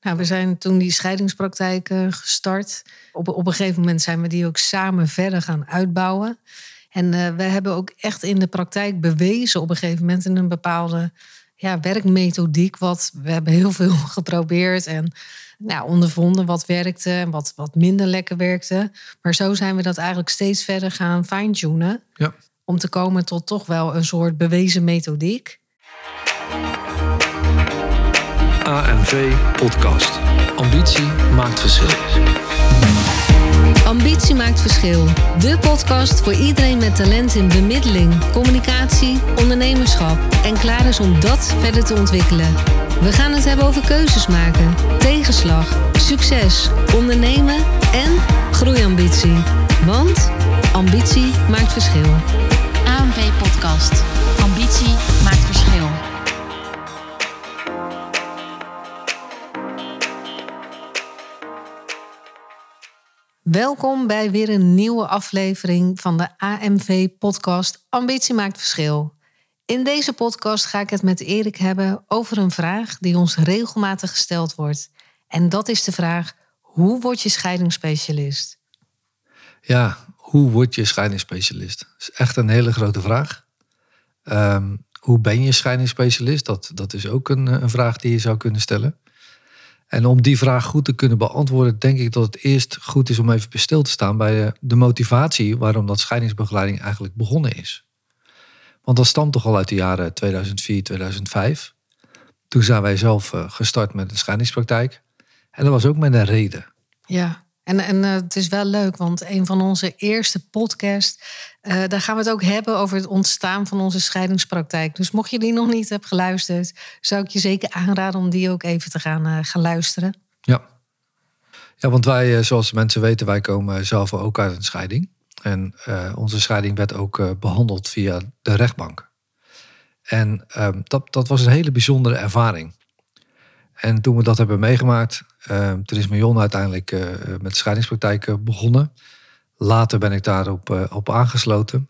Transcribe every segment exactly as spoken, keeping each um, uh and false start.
Nou, we zijn toen die scheidingspraktijk uh, gestart. Op, op een gegeven moment zijn we die ook samen verder gaan uitbouwen. En uh, we hebben ook echt in de praktijk bewezen op een gegeven moment in een bepaalde ja, werkmethodiek. Wat, we hebben heel veel geprobeerd en nou, ondervonden wat werkte en wat, wat minder lekker werkte. Maar zo zijn we dat eigenlijk steeds verder gaan fine-tunen. Ja. Om te komen tot toch wel een soort bewezen methodiek. A M V Podcast. Ambitie maakt verschil. Ambitie maakt verschil. De podcast voor iedereen met talent in bemiddeling, communicatie, ondernemerschap en klaar is om dat verder te ontwikkelen. We gaan het hebben over keuzes maken, tegenslag, succes, ondernemen en groeiambitie. Want ambitie maakt verschil. A M V Podcast. Ambitie maakt verschil. Welkom bij weer een nieuwe aflevering van de A M V Podcast Ambitie maakt verschil. In deze podcast ga ik het met Erik hebben over een vraag die ons regelmatig gesteld wordt. En dat is de vraag: hoe word je scheidingsspecialist? Ja, hoe word je scheidingsspecialist? Dat is echt een hele grote vraag. Um, hoe ben je scheidingsspecialist? Dat, dat is ook een, een vraag die je zou kunnen stellen. En om die vraag goed te kunnen beantwoorden, denk ik dat het eerst goed is om even bij stil te staan bij de, de motivatie waarom dat scheidingsbegeleiding eigenlijk begonnen is. Want dat stamt toch al uit de jaren tweeduizend vier, tweeduizend vijf. Toen zijn wij zelf gestart met een scheidingspraktijk. En dat was ook met een reden. Ja, en, en uh, het is wel leuk, want een van onze eerste podcasts, uh, daar gaan we het ook hebben over het ontstaan van onze scheidingspraktijk. Dus mocht je die nog niet hebben geluisterd, zou ik je zeker aanraden om die ook even te gaan, uh, gaan luisteren. Ja. ja, want wij, zoals mensen weten, wij komen zelf ook uit een scheiding. En uh, onze scheiding werd ook uh, behandeld via de rechtbank. En uh, dat, dat was een hele bijzondere ervaring. En toen we dat hebben meegemaakt, uh, toen is Marion uiteindelijk uh, met de scheidingspraktijk uh, begonnen. Later ben ik daarop uh, op aangesloten.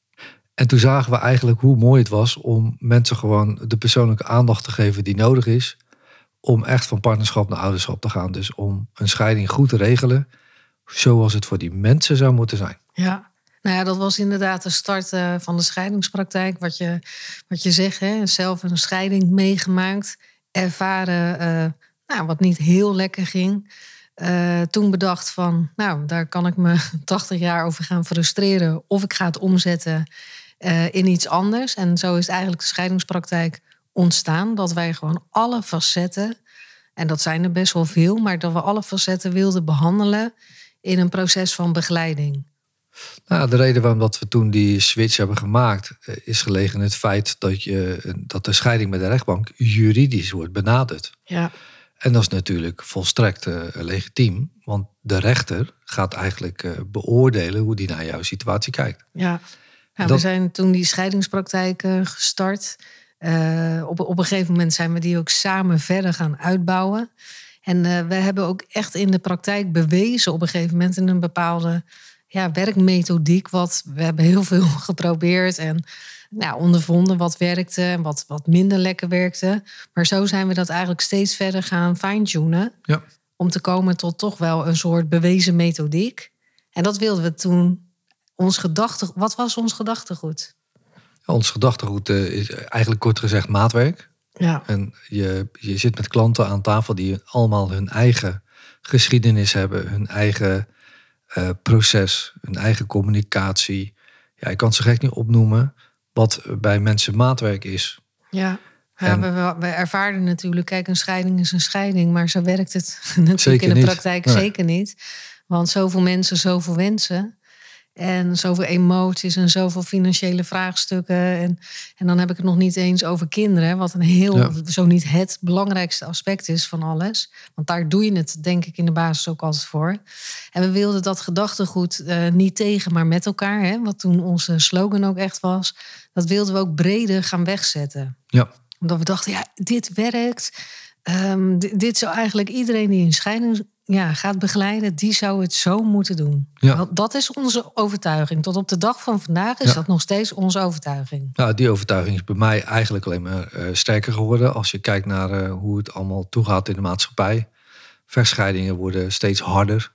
En toen zagen we eigenlijk hoe mooi het was om mensen gewoon de persoonlijke aandacht te geven die nodig is om echt van partnerschap naar ouderschap te gaan. Dus om een scheiding goed te regelen, zoals het voor die mensen zou moeten zijn. Ja, nou ja, dat was inderdaad de start uh, van de scheidingspraktijk. Wat je, wat je zegt, hè, zelf een scheiding meegemaakt, ervaren uh, nou, wat niet heel lekker ging. Uh, toen bedacht van, nou, daar kan ik me tachtig jaar over gaan frustreren. Of ik ga het omzetten uh, in iets anders. En zo is eigenlijk de scheidingspraktijk ontstaan. Dat wij gewoon alle facetten, en dat zijn er best wel veel, maar dat we alle facetten wilden behandelen in een proces van begeleiding. Nou, de reden waarom dat we toen die switch hebben gemaakt is gelegen in het feit dat, je, dat de scheiding met de rechtbank juridisch wordt benaderd. Ja. En dat is natuurlijk volstrekt uh, legitiem, want de rechter gaat eigenlijk uh, beoordelen hoe die naar jouw situatie kijkt. Ja, nou, dat... we zijn toen die scheidingspraktijk uh, gestart. Uh, op, op een gegeven moment zijn we die ook samen verder gaan uitbouwen. En uh, we hebben ook echt in de praktijk bewezen op een gegeven moment in een bepaalde ja, werkmethodiek. Wat, we hebben heel veel geprobeerd en nou, ondervonden wat werkte en wat, wat minder lekker werkte. Maar zo zijn we dat eigenlijk steeds verder gaan fine-tunen. Ja. Om te komen tot toch wel een soort bewezen methodiek. En dat wilden we toen. Ons gedachte, wat was ons gedachtegoed? Ons gedachtegoed uh, is eigenlijk kort gezegd maatwerk. Ja. En je, je zit met klanten aan tafel die allemaal hun eigen geschiedenis hebben, hun eigen uh, proces, hun eigen communicatie. Ja, ik kan ze gek niet opnoemen wat bij mensen maatwerk is. Ja, ja en, we, we ervaren natuurlijk, kijk, een scheiding is een scheiding, maar zo werkt het natuurlijk in de niet. praktijk nee. zeker niet. Want zoveel mensen, zoveel wensen. En zoveel emoties en zoveel financiële vraagstukken. En, en dan heb ik het nog niet eens over kinderen. Wat een heel, ja. zo niet het belangrijkste aspect is van alles. Want daar doe je het denk ik in de basis ook altijd voor. En we wilden dat gedachtegoed uh, niet tegen, maar met elkaar. Hè, wat toen onze slogan ook echt was. Dat wilden we ook breder gaan wegzetten. Ja. Omdat we dachten, ja, dit werkt. Um, d- dit zou eigenlijk iedereen die een scheiding ja, gaat begeleiden, die zou het zo moeten doen. Ja. Want dat is onze overtuiging. Tot op de dag van vandaag is ja. dat nog steeds onze overtuiging. Nou, die overtuiging is bij mij eigenlijk alleen maar uh, sterker geworden. Als je kijkt naar uh, hoe het allemaal toegaat in de maatschappij. Vechtscheidingen worden steeds harder.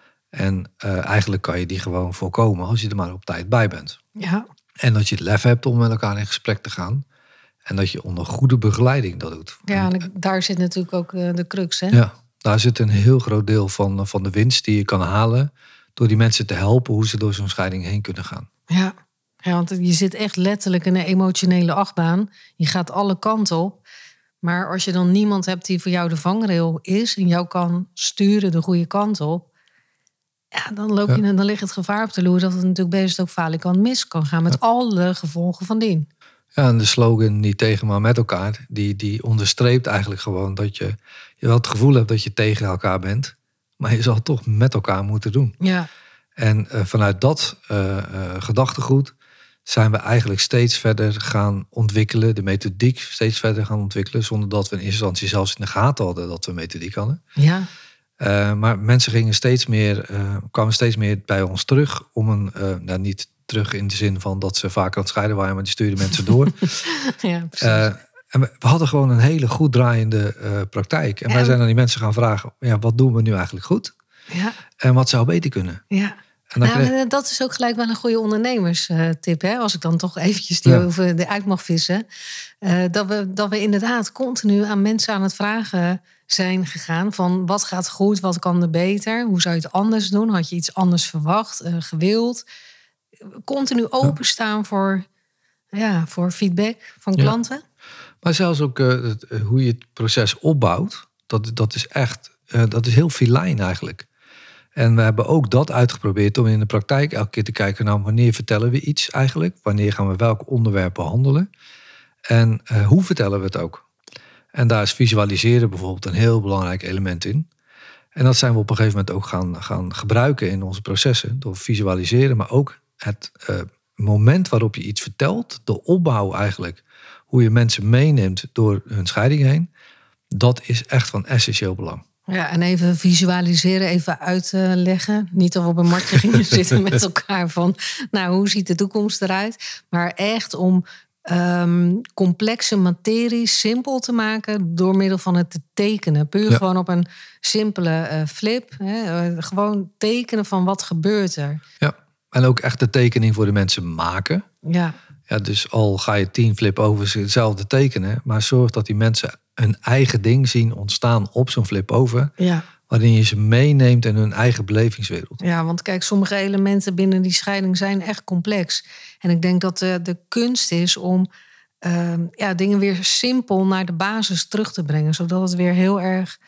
En uh, eigenlijk kan je die gewoon voorkomen als je er maar op tijd bij bent. Ja. En dat je het lef hebt om met elkaar in gesprek te gaan. En dat je onder goede begeleiding dat doet. Ja, en daar zit natuurlijk ook uh, de crux, hè? Ja, daar zit een heel groot deel van, van de winst die je kan halen door die mensen te helpen hoe ze door zo'n scheiding heen kunnen gaan. Ja. Ja, want je zit echt letterlijk in een emotionele achtbaan. Je gaat alle kanten op. Maar als je dan niemand hebt die voor jou de vangrail is en jou kan sturen de goede kant op, ja, dan loop je, ja. dan ligt het gevaar op de loer dat het natuurlijk best ook falikant mis kan gaan met ja. alle gevolgen van dien. Ja, en de slogan niet tegen maar met elkaar, die, die onderstreept eigenlijk gewoon dat je, je wel het gevoel hebt dat je tegen elkaar bent, maar je zal het toch met elkaar moeten doen. Ja. En uh, vanuit dat uh, uh, gedachtegoed zijn we eigenlijk steeds verder gaan ontwikkelen, de methodiek steeds verder gaan ontwikkelen, zonder dat we in eerste instantie zelfs in de gaten hadden dat we methodiek hadden. Ja. Uh, maar mensen gingen steeds meer, uh, kwamen steeds meer bij ons terug om een, uh, nou niet terug in de zin van dat ze vaak aan het scheiden waren, maar die stuurden mensen door. Ja, precies. Uh, en we, we hadden gewoon een hele goed draaiende uh, praktijk. En, en wij zijn aan die mensen gaan vragen, ja, wat doen we nu eigenlijk goed? Ja. En wat zou beter kunnen? Ja. En dan nou, kreeg... dat is ook gelijk wel een goede ondernemerstip, hè? Als ik dan toch eventjes die ja. over eruit mag vissen. Uh, dat, we, dat we inderdaad continu aan mensen aan het vragen zijn gegaan van wat gaat goed, wat kan er beter, hoe zou je het anders doen, had je iets anders verwacht, uh, gewild. Continu openstaan ja. voor, ja, voor feedback van klanten. Ja. Maar zelfs ook uh, het, uh, hoe je het proces opbouwt, dat, dat is echt, uh, dat is heel filijn eigenlijk. En we hebben ook dat uitgeprobeerd om in de praktijk elke keer te kijken, nou, wanneer vertellen we iets eigenlijk? Wanneer gaan we welk onderwerp behandelen? En uh, hoe vertellen we het ook? En daar is visualiseren bijvoorbeeld een heel belangrijk element in. En dat zijn we op een gegeven moment ook gaan, gaan gebruiken in onze processen. Door visualiseren, maar ook het uh, moment waarop je iets vertelt. De opbouw eigenlijk. Hoe je mensen meeneemt door hun scheiding heen. Dat is echt van essentieel belang. Ja, en even visualiseren, even uitleggen. Niet dat we op een matje gingen zitten met elkaar van, nou, hoe ziet de toekomst eruit? Maar echt om um, complexe materie simpel te maken door middel van het te tekenen. Puur ja. gewoon op een simpele uh, flip. Hè? Uh, gewoon tekenen van wat gebeurt er. Ja, en ook echt de tekening voor de mensen maken. Ja. Ja, dus al ga je tien flip over hetzelfde tekenen, maar zorg dat die mensen hun eigen ding zien ontstaan op zo'n flip over. Ja. Waarin je ze meeneemt in hun eigen belevingswereld. Ja, want kijk, sommige elementen binnen die scheiding zijn echt complex. En ik denk dat de, de kunst is om uh, ja, dingen weer simpel naar de basis terug te brengen. Zodat het weer heel erg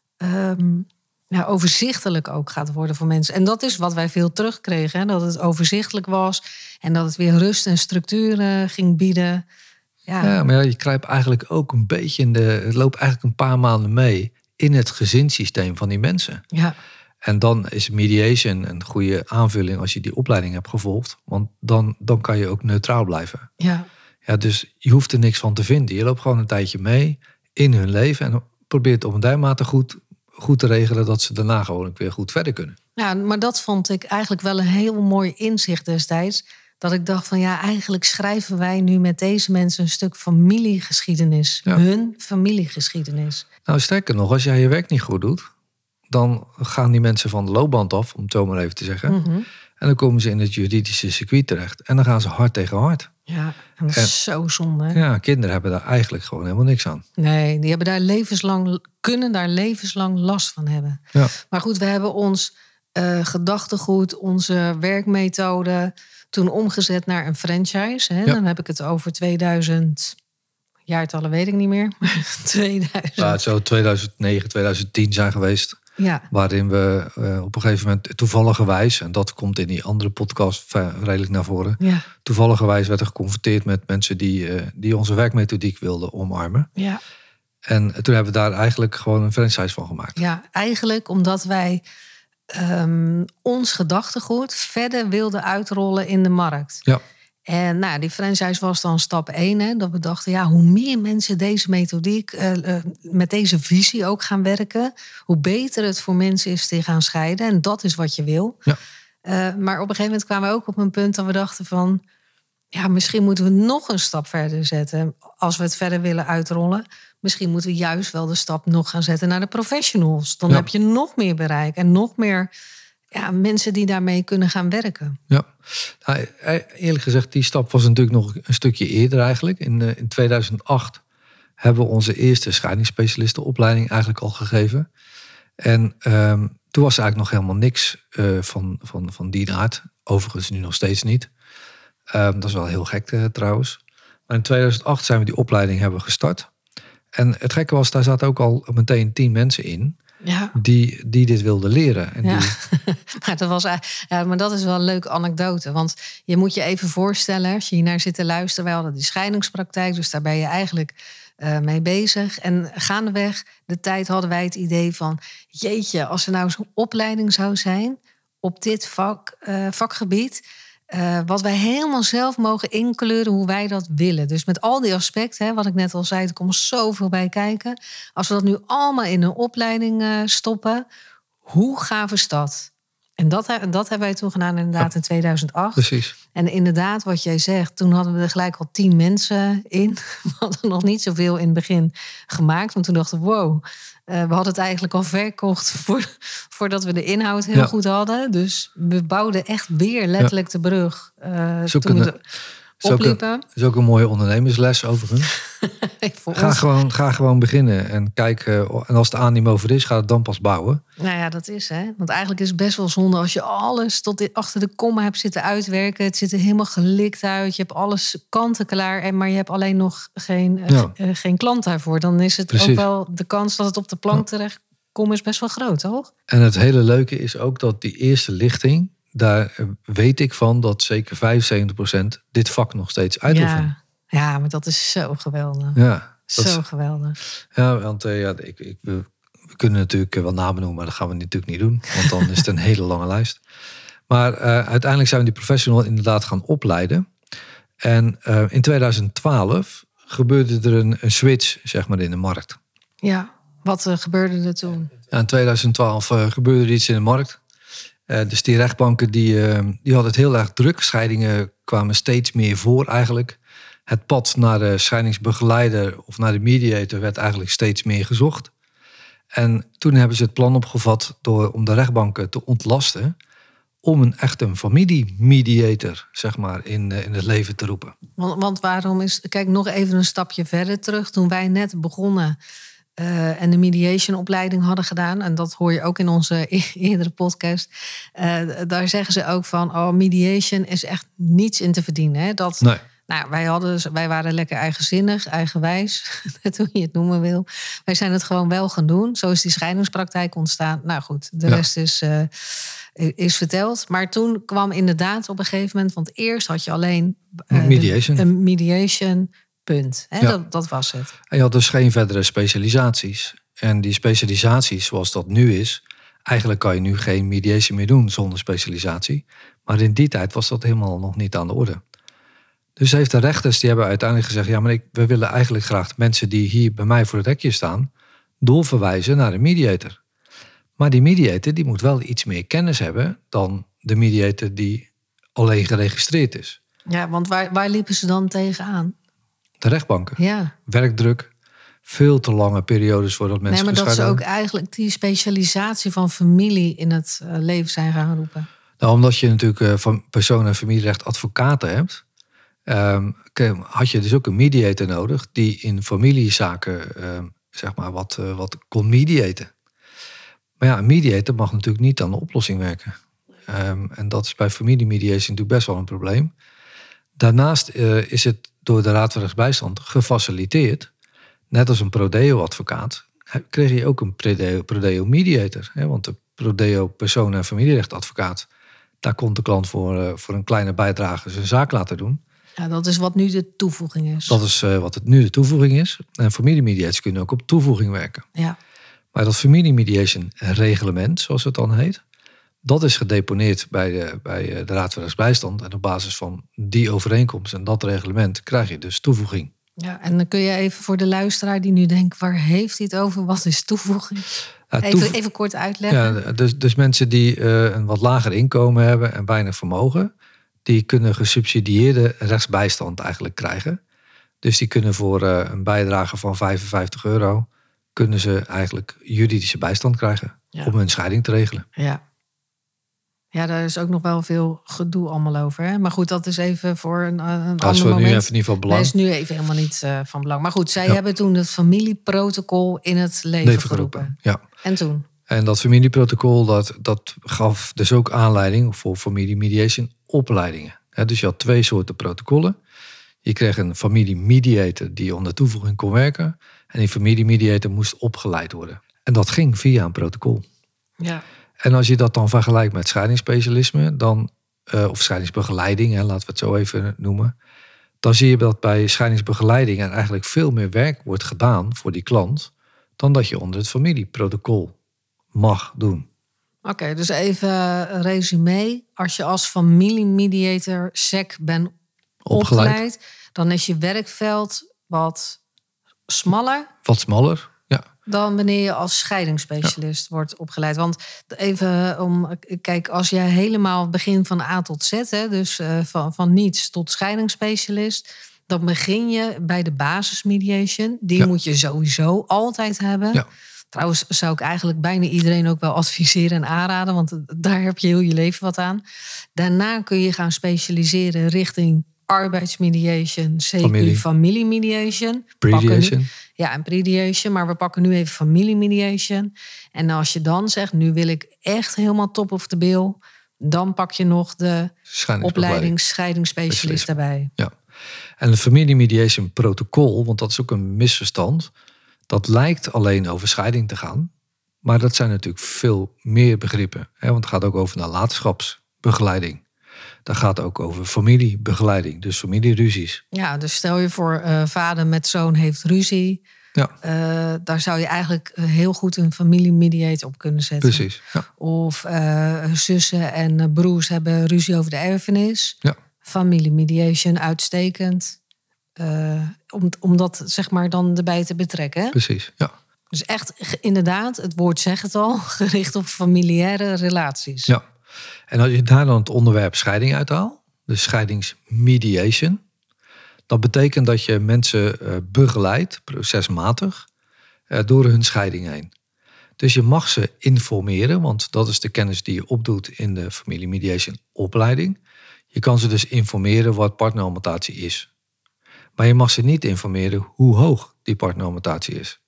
um, ja, overzichtelijk ook gaat worden voor mensen. En dat is wat wij veel terugkregen. Hè? Dat het overzichtelijk was en dat het weer rust en structuur uh, ging bieden. Ja. ja, maar ja, je kruipt eigenlijk ook een beetje in de... Het loopt eigenlijk een paar maanden mee in het gezinssysteem van die mensen. Ja. En dan is mediation een goede aanvulling als je die opleiding hebt gevolgd. Want dan, dan kan je ook neutraal blijven. Ja. Ja, dus je hoeft er niks van te vinden. Je loopt gewoon een tijdje mee in hun leven en probeert op een dermate goed, goed te regelen dat ze daarna gewoon weer goed verder kunnen. Ja, maar dat vond ik eigenlijk wel een heel mooi inzicht destijds. Dat ik dacht van ja, eigenlijk schrijven wij nu met deze mensen een stuk familiegeschiedenis. Ja. Hun familiegeschiedenis. Nou, sterker nog, als jij je werk niet goed doet, dan gaan die mensen van de loopband af, om het zo maar even te zeggen. Mm-hmm. En dan komen ze in het juridische circuit terecht. En dan gaan ze hard tegen hard. Ja, en dat is en, zo zonde. Hè? Ja, kinderen hebben daar eigenlijk gewoon helemaal niks aan. Nee, die hebben daar levenslang, kunnen daar levenslang last van hebben. Ja. Maar goed, we hebben ons uh, gedachtegoed, onze werkmethode toen omgezet naar een franchise. Hè? Ja. Dan heb ik het over tweeduizend... Jaartallen weet ik niet meer. tweeduizend. Ja, het zou tweeduizend negen, tweeduizend tien zijn geweest. Ja. Waarin we uh, op een gegeven moment toevalligerwijs, en dat komt in die andere podcast redelijk naar voren. Ja. Toevalligerwijs werden geconfronteerd met mensen die, uh, die onze werkmethodiek wilden omarmen. Ja. En toen hebben we daar eigenlijk gewoon een franchise van gemaakt. Ja, eigenlijk omdat wij um, ons gedachtegoed verder wilden uitrollen in de markt. Ja. En nou, die franchise was dan stap één. Hè, dat we dachten, ja, hoe meer mensen deze methodiek, uh, uh, met deze visie ook gaan werken, hoe beter het voor mensen is te gaan scheiden. En dat is wat je wil. Ja. Uh, maar op een gegeven moment kwamen we ook op een punt dat we dachten van, ja, misschien moeten we nog een stap verder zetten als we het verder willen uitrollen. misschien moeten we juist wel de stap nog gaan zetten naar de professionals. Dan Ja. heb je nog meer bereik en nog meer ja, mensen die daarmee kunnen gaan werken. Ja, nou, eerlijk gezegd, die stap was natuurlijk nog een stukje eerder eigenlijk. In, uh, in tweeduizend acht hebben we onze eerste scheidingsspecialistenopleiding eigenlijk al gegeven. En um, toen was er eigenlijk nog helemaal niks uh, van, van, van die aard. Overigens nu nog steeds niet. Um, dat is wel heel gek uh, trouwens. Maar in tweeduizend acht zijn we die opleiding hebben gestart. En het gekke was, daar zaten ook al meteen tien mensen in. Ja. Die, die dit wilden leren. En Ja. die... maar, dat was, ja, maar dat is wel een leuke anekdote. Want je moet je even voorstellen, als je hier naar zit te luisteren. Wij hadden die scheidingspraktijk, dus daar ben je eigenlijk uh, mee bezig. En gaandeweg de tijd hadden wij het idee van... jeetje, als er nou zo'n opleiding zou zijn op dit vak, uh, vakgebied... Uh, wat wij helemaal zelf mogen inkleuren hoe wij dat willen. Dus met al die aspecten, hè, wat ik net al zei, er komt zoveel bij kijken. Als we dat nu allemaal in een opleiding uh, stoppen, hoe gaaf is dat? En dat, dat hebben wij toen gedaan inderdaad in tweeduizend acht. Precies. En inderdaad, wat jij zegt, toen hadden we er gelijk al tien mensen in. We hadden nog niet zoveel in het begin gemaakt. Want toen dachten we, wow, uh, we hadden het eigenlijk al verkocht voor, voordat we de inhoud heel ja. goed hadden. Dus we bouwden echt weer letterlijk ja. de brug. Uh, toen kunnen, we opliepen. Dat is ook een mooie ondernemersles overigens. ga, ons... gewoon, ga gewoon beginnen en kijk. Uh, en als het animo over is, ga het dan pas bouwen. Nou ja, dat is hè. Want eigenlijk is het best wel zonde als je alles tot achter de komma hebt zitten uitwerken. Het ziet er helemaal gelikt uit. Je hebt alles kanten klaar. En maar je hebt alleen nog geen, ja. uh, geen klant daarvoor. Dan is het Precies. ook wel de kans dat het op de plank ja. terecht komt is best wel groot, toch? En het hele leuke is ook dat die eerste lichting, daar weet ik van dat zeker vijfenzeventig procent dit vak nog steeds uitoefenen. Ja. ja, maar dat is zo geweldig. Ja, zo is, geweldig. Ja, want uh, ja, ik, ik, we, we kunnen natuurlijk wel namen noemen, maar dat gaan we natuurlijk niet doen. Want dan is het een hele lange lijst. Maar uh, uiteindelijk zijn we die professional inderdaad gaan opleiden. En uh, in tweeduizend twaalf gebeurde er een, een switch, zeg maar, in de markt. Ja, wat uh, gebeurde er toen? Ja, in tweeduizend twaalf uh, gebeurde er iets in de markt. Uh, dus die rechtbanken die, uh, die hadden het heel erg druk. Scheidingen kwamen steeds meer voor eigenlijk. Het pad naar de scheidingsbegeleider of naar de mediator werd eigenlijk steeds meer gezocht. En toen hebben ze het plan opgevat door, om de rechtbanken te ontlasten, om een echt een familiemediator, zeg maar, in, in het leven te roepen. Want, want waarom is... Kijk, nog even een stapje verder terug. Toen wij net begonnen uh, en de mediation-opleiding hadden gedaan, en dat hoor je ook in onze eerdere podcast, uh, daar zeggen ze ook van, oh, mediation is echt niets in te verdienen. Hè? Dat... Nee. Nou, wij, hadden, wij waren lekker eigenzinnig, eigenwijs, net hoe je het noemen wil. Wij zijn het gewoon wel gaan doen. Zo is die scheidingspraktijk ontstaan. Nou goed, de ja. rest is, uh, is verteld. Maar toen kwam inderdaad op een gegeven moment, want eerst had je alleen uh, mediation. De, een mediation, punt. Hè? Ja. Dat, dat was het. En je had dus geen verdere specialisaties. En die specialisaties, zoals dat nu is, eigenlijk kan je nu geen mediation meer doen zonder specialisatie. Maar in die tijd was dat helemaal nog niet aan de orde. Dus heeft de rechters, die hebben uiteindelijk gezegd, ja, maar ik, we willen eigenlijk graag mensen die hier bij mij voor het hekje staan doorverwijzen naar een mediator. Maar die mediator die moet wel iets meer kennis hebben dan de mediator die alleen geregistreerd is. Ja, want waar, waar liepen ze dan tegenaan? De rechtbanken. Ja. Werkdruk. Veel te lange periodes voordat mensen Nee, maar dat ze hebben. ook eigenlijk die specialisatie van familie in het uh, leven zijn gaan roepen. Nou, omdat je natuurlijk uh, van persoon- en familierecht advocaten hebt, Um, had je dus ook een mediator nodig die in familiezaken um, zeg maar wat, uh, wat kon mediaten. Maar ja, een mediator mag natuurlijk niet aan de oplossing werken. Um, en dat is bij familiemediation natuurlijk best wel een probleem. Daarnaast uh, is het door de Raad van Rechtsbijstand gefaciliteerd. Net als een prodeo-advocaat kreeg je ook een prodeo-mediator. Hè, want de prodeo-persoon- en familierechtadvocaat, daar kon de klant voor, uh, voor een kleine bijdrage zijn zaak laten doen. Ja, dat is wat nu de toevoeging is. Dat is uh, wat het nu de toevoeging is. En familiemediators kunnen ook op toevoeging werken. Ja. Maar dat familiemediation reglement, zoals het dan heet, dat is gedeponeerd bij de, bij de Raad van Rechtsbijstand. En op basis van die overeenkomst en dat reglement krijg je dus toevoeging. Ja, en dan kun je even voor de luisteraar die nu denkt, waar heeft hij het over? Wat is toevoeging? Ja, toevo- even, even kort uitleggen. Ja, dus, dus mensen die uh, een wat lager inkomen hebben en weinig vermogen, die kunnen gesubsidieerde rechtsbijstand eigenlijk krijgen. Dus die kunnen voor uh, een bijdrage van vijfenvijftig euro... kunnen ze eigenlijk juridische bijstand krijgen ja. om hun scheiding te regelen. Ja. Ja, daar is ook nog wel veel gedoe allemaal over. Hè? Maar goed, dat is even voor een, een ander dat is voor moment. Nu even niet van belang. Dat is nu even helemaal niet uh, van belang. Maar goed, zij ja. hebben toen het familieprotocol in het leven, leven geroepen. geroepen. Ja. En toen? En dat familieprotocol, dat, dat gaf dus ook aanleiding voor familiemediation opleidingen. He, dus je had twee soorten protocollen. Je kreeg een familiemediator die onder toevoeging kon werken. En die familiemediator moest opgeleid worden. En dat ging via een protocol. Ja. En als je dat dan vergelijkt met scheidingsspecialisme, dan, uh, of scheidingsbegeleiding, hè, laten we het zo even noemen. Dan zie je dat bij scheidingsbegeleiding er eigenlijk veel meer werk wordt gedaan voor die klant dan dat je onder het familieprotocol mag doen. Oké, okay, dus even een resume. Als je als familiemediator S E C bent opgeleid, opgeleid, dan is je werkveld wat smaller. Wat smaller, ja. Dan wanneer je als scheidingsspecialist ja. wordt opgeleid. Want even om, kijk, als jij helemaal begint van A tot Z, hè, dus uh, van, van niets tot scheidingsspecialist, dan begin je bij de basismediation. Die ja. moet je sowieso altijd hebben. Ja. Trouwens zou ik eigenlijk bijna iedereen ook wel adviseren en aanraden, want daar heb je heel je leven wat aan. Daarna kun je gaan specialiseren richting arbeidsmediation, C Q, Familie. familiemediation. Prediation. Ja, en prediation, maar we pakken nu even familiemediation. En als je dan zegt, nu wil ik echt helemaal top of the bill, dan pak je nog de opleiding scheidingsspecialist daarbij. Ja. En het familiemediation protocol, want dat is ook een misverstand, dat lijkt alleen over scheiding te gaan. Maar dat zijn natuurlijk veel meer begrippen. Hè? Want het gaat ook over nalatenschapsbegeleiding. Dat gaat ook over familiebegeleiding, dus familieruzies. Ja, dus stel je voor, uh, vader met zoon heeft ruzie. Ja. Uh, daar zou je eigenlijk heel goed een familiemediator op kunnen zetten. Precies. Ja. Of uh, zussen en broers hebben ruzie over de erfenis. Ja. Familiemediation, uitstekend. Uh, om, om dat zeg maar dan erbij te betrekken. Hè? Precies, ja. Dus echt inderdaad, het woord zegt het al, gericht op familiaire relaties. Ja. En als je daar dan het onderwerp scheiding uithaalt, dus scheidingsmediation, dat betekent dat je mensen begeleidt, procesmatig, door hun scheiding heen. Dus je mag ze informeren, want dat is de kennis die je opdoet in de familiemediation opleiding. Je kan ze dus informeren wat partneraugmentatie is. Maar je mag ze niet informeren hoe hoog die partneraugmentatie is.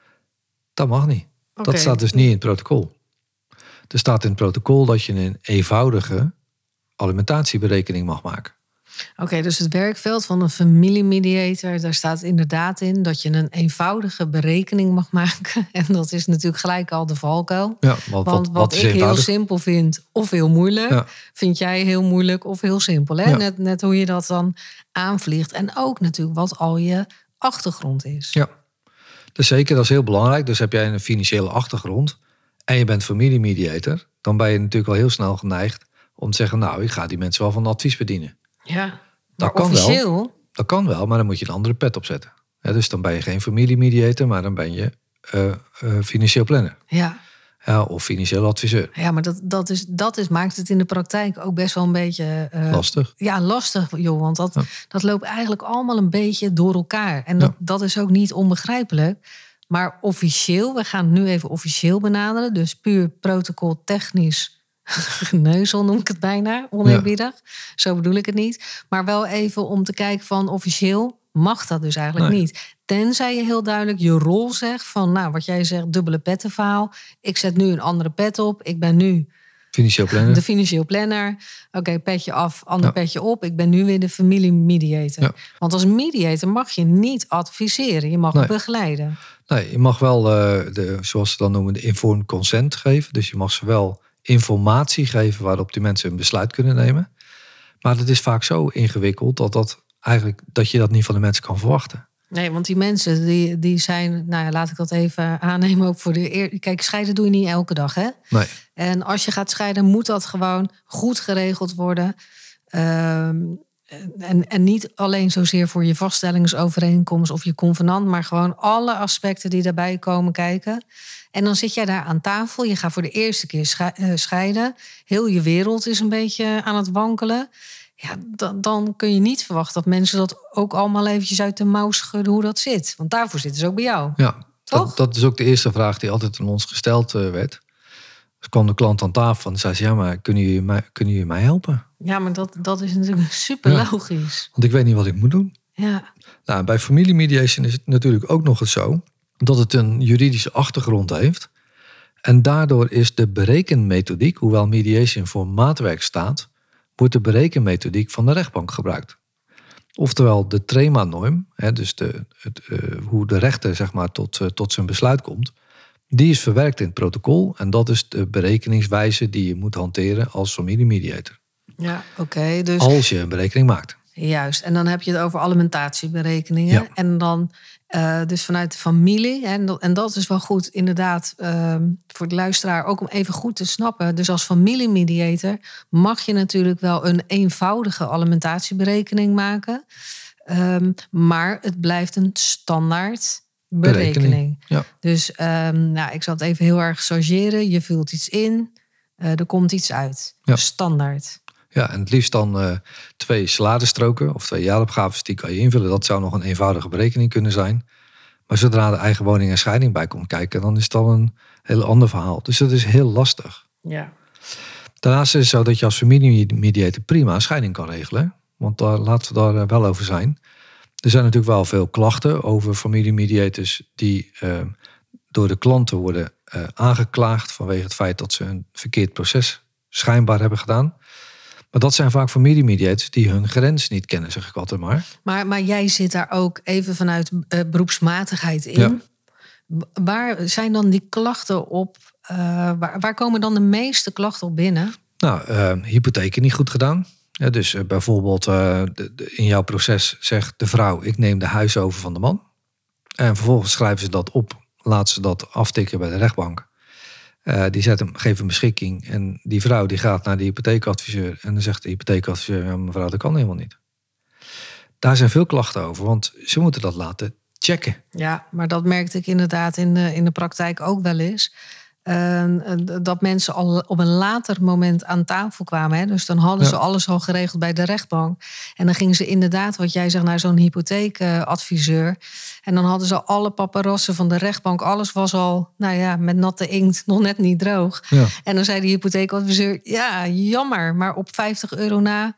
Dat mag niet. Okay. Dat staat dus niet in het protocol. Er staat in het protocol dat je een eenvoudige alimentatieberekening mag maken. Oké, okay, dus het werkveld van een familiemediator, daar staat inderdaad in dat je een eenvoudige berekening mag maken. En dat is natuurlijk gelijk al de valkuil. Ja, wat, Want wat, wat, wat is ik eenvoudig? heel simpel vind of heel moeilijk, ja. vind jij heel moeilijk of heel simpel. Hè? Ja. Net, net hoe je dat dan aanvliegt. En ook natuurlijk wat al je achtergrond is. Ja, dus zeker, dat is heel belangrijk. Dus heb jij een financiële achtergrond en je bent familiemediator, dan ben je natuurlijk al heel snel geneigd om te zeggen, nou, ik ga die mensen wel van advies bedienen. Ja, maar dat kan officieel? Wel, dat kan wel, maar dan moet je een andere pet opzetten. Ja, dus dan ben je geen familiemediator, maar dan ben je uh, uh, financieel planner. Ja. Ja, of financieel adviseur. Ja, maar dat, dat, is, dat is, maakt het in de praktijk ook best wel een beetje... Uh, lastig. Ja, lastig, joh. Want dat, ja. dat loopt eigenlijk allemaal een beetje door elkaar. En dat, ja. dat is ook niet onbegrijpelijk. Maar officieel, we gaan het nu even officieel benaderen. Dus puur protocol technisch geneuzel noem ik het bijna, oneerbiedig. Ja. Zo bedoel ik het niet. Maar wel even om te kijken van officieel mag dat dus eigenlijk nee. niet. Tenzij je heel duidelijk je rol zegt van, nou, wat jij zegt, dubbele pettenverhaal. Ik zet nu een andere pet op. Ik ben nu financieel planner. de financieel planner. Oké, okay, petje af, ander ja. petje op. Ik ben nu weer de familiemediator. Ja. Want als mediator mag je niet adviseren. Je mag nee. begeleiden. Nee, je mag wel, uh, de, zoals ze dan noemen, de informed consent geven. Dus je mag ze wel informatie geven waarop die mensen een besluit kunnen nemen. Maar het is vaak zo ingewikkeld dat, dat, eigenlijk, dat je dat niet van de mensen kan verwachten. Nee, want die mensen die, die zijn, nou ja, laat ik dat even aannemen ook voor de eer. Kijk, scheiden doe je niet elke dag, hè? Nee. En als je gaat scheiden, moet dat gewoon goed geregeld worden. Um, en, en niet alleen zozeer voor je vaststellingsovereenkomst of je convenant, maar gewoon alle aspecten die daarbij komen kijken. En dan zit jij daar aan tafel. Je gaat voor de eerste keer scheiden. Heel je wereld is een beetje aan het wankelen. Ja, dan, dan kun je niet verwachten dat mensen dat ook allemaal eventjes uit de mouw schudden hoe dat zit. Want daarvoor zitten ze ook bij jou. Ja, toch? Dat, dat is ook de eerste vraag die altijd aan ons gesteld uh, werd. Dus kwam de klant aan tafel en zei ze, ja, maar kunnen jullie mij, kunnen jullie mij helpen? Ja, maar dat, dat is natuurlijk super Ja. logisch. Want ik weet niet wat ik moet doen. Ja, Nou, bij familiemediation is het natuurlijk ook nog eens zo dat het een juridische achtergrond heeft. En daardoor is de berekenmethodiek, hoewel mediation voor maatwerk staat, wordt de berekenmethodiek van de rechtbank gebruikt. Oftewel de trema-norm, hè, dus de, het, uh, hoe de rechter zeg maar, tot, uh, tot zijn besluit komt, die is verwerkt in het protocol. En dat is de berekeningswijze die je moet hanteren als familiemediator. ja oké. Okay, dus Als je een berekening maakt. juist. En dan heb je het over alimentatieberekeningen. Ja. En dan uh, dus vanuit de familie. Hè, en, dat, en dat is wel goed, inderdaad, uh, voor de luisteraar ook om even goed te snappen. Dus als familiemediator mag je natuurlijk wel een eenvoudige alimentatieberekening maken. Um, maar het blijft een standaard berekening. Berekening, ja. Dus um, nou, ik zal het even heel erg chargeren. Je vult iets in, uh, er komt iets uit. Ja. Standaard. Ja, en het liefst dan uh, twee saladestroken of twee jaaropgaves, die kan je invullen. Dat zou nog een eenvoudige berekening kunnen zijn. Maar zodra de eigen woning en scheiding bij komt kijken, dan is het al een heel ander verhaal. Dus dat is heel lastig. Ja. Daarnaast is het zo dat je als familiemediator prima een scheiding kan regelen. Want daar, laten we daar uh, wel over zijn. Er zijn natuurlijk wel veel klachten over familiemediators die uh, door de klanten worden uh, aangeklaagd vanwege het feit dat ze een verkeerd proces schijnbaar hebben gedaan. Maar dat zijn vaak familiemediators die hun grens niet kennen, zeg ik altijd maar. Maar, maar jij zit daar ook even vanuit uh, beroepsmatigheid in. Ja. Waar zijn dan die klachten op? Uh, waar, waar komen dan de meeste klachten op binnen? Nou, uh, hypotheken niet goed gedaan. Ja, dus uh, bijvoorbeeld uh, de, de, in jouw proces zegt de vrouw, ik neem de huis over van de man. En vervolgens schrijven ze dat op, laten ze dat aftikken bij de rechtbank. Uh, die zet hem, geeft een beschikking. En die vrouw die gaat naar de hypotheekadviseur. En dan zegt de hypotheekadviseur, ja, mevrouw, dat kan helemaal niet. Daar zijn veel klachten over, want ze moeten dat laten checken. Ja, maar dat merkte ik inderdaad in de, in de praktijk ook wel eens. Uh, dat mensen al op een later moment aan tafel kwamen. Hè? Dus dan hadden ze ja. alles al geregeld bij de rechtbank. En dan gingen ze inderdaad, wat jij zegt, naar zo'n hypotheekadviseur. En dan hadden ze alle paparazzen van de rechtbank. Alles was al, nou ja, met natte inkt nog net niet droog. Ja. En dan zei de hypotheekadviseur, ja, jammer, maar op vijftig euro na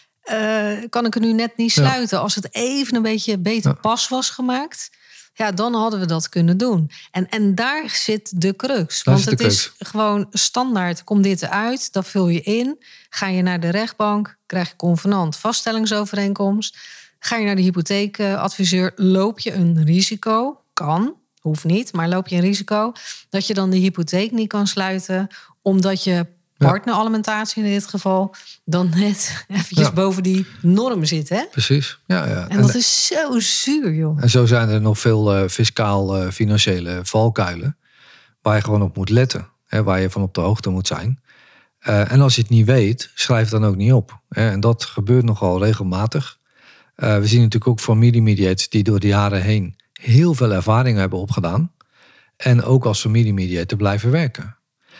uh, kan ik er nu net niet sluiten. Ja. Als het even een beetje beter ja. pas was gemaakt, ja, dan hadden we dat kunnen doen. En, en daar zit de crux. Daar Want het crux. is gewoon standaard. Komt dit eruit, dat vul je in. Ga je naar de rechtbank, krijg je convenant vaststellingsovereenkomst. Ga je naar de hypotheekadviseur, loop je een risico. Kan, hoeft niet, maar loop je een risico dat je dan de hypotheek niet kan sluiten, omdat je partneralimentatie in dit geval dan net eventjes ja. boven die norm zit, hè? Precies. Ja, ja. En, en dat is zo zuur, joh. En zo zijn er nog veel uh, fiscaal-financiële uh, valkuilen waar je gewoon op moet letten. Hè, waar je van op de hoogte moet zijn. Uh, en als je het niet weet, schrijf het dan ook niet op. Hè. En dat gebeurt nogal regelmatig. Uh, we zien natuurlijk ook familiemediators die door de jaren heen heel veel ervaring hebben opgedaan. En ook als familiemediator blijven werken.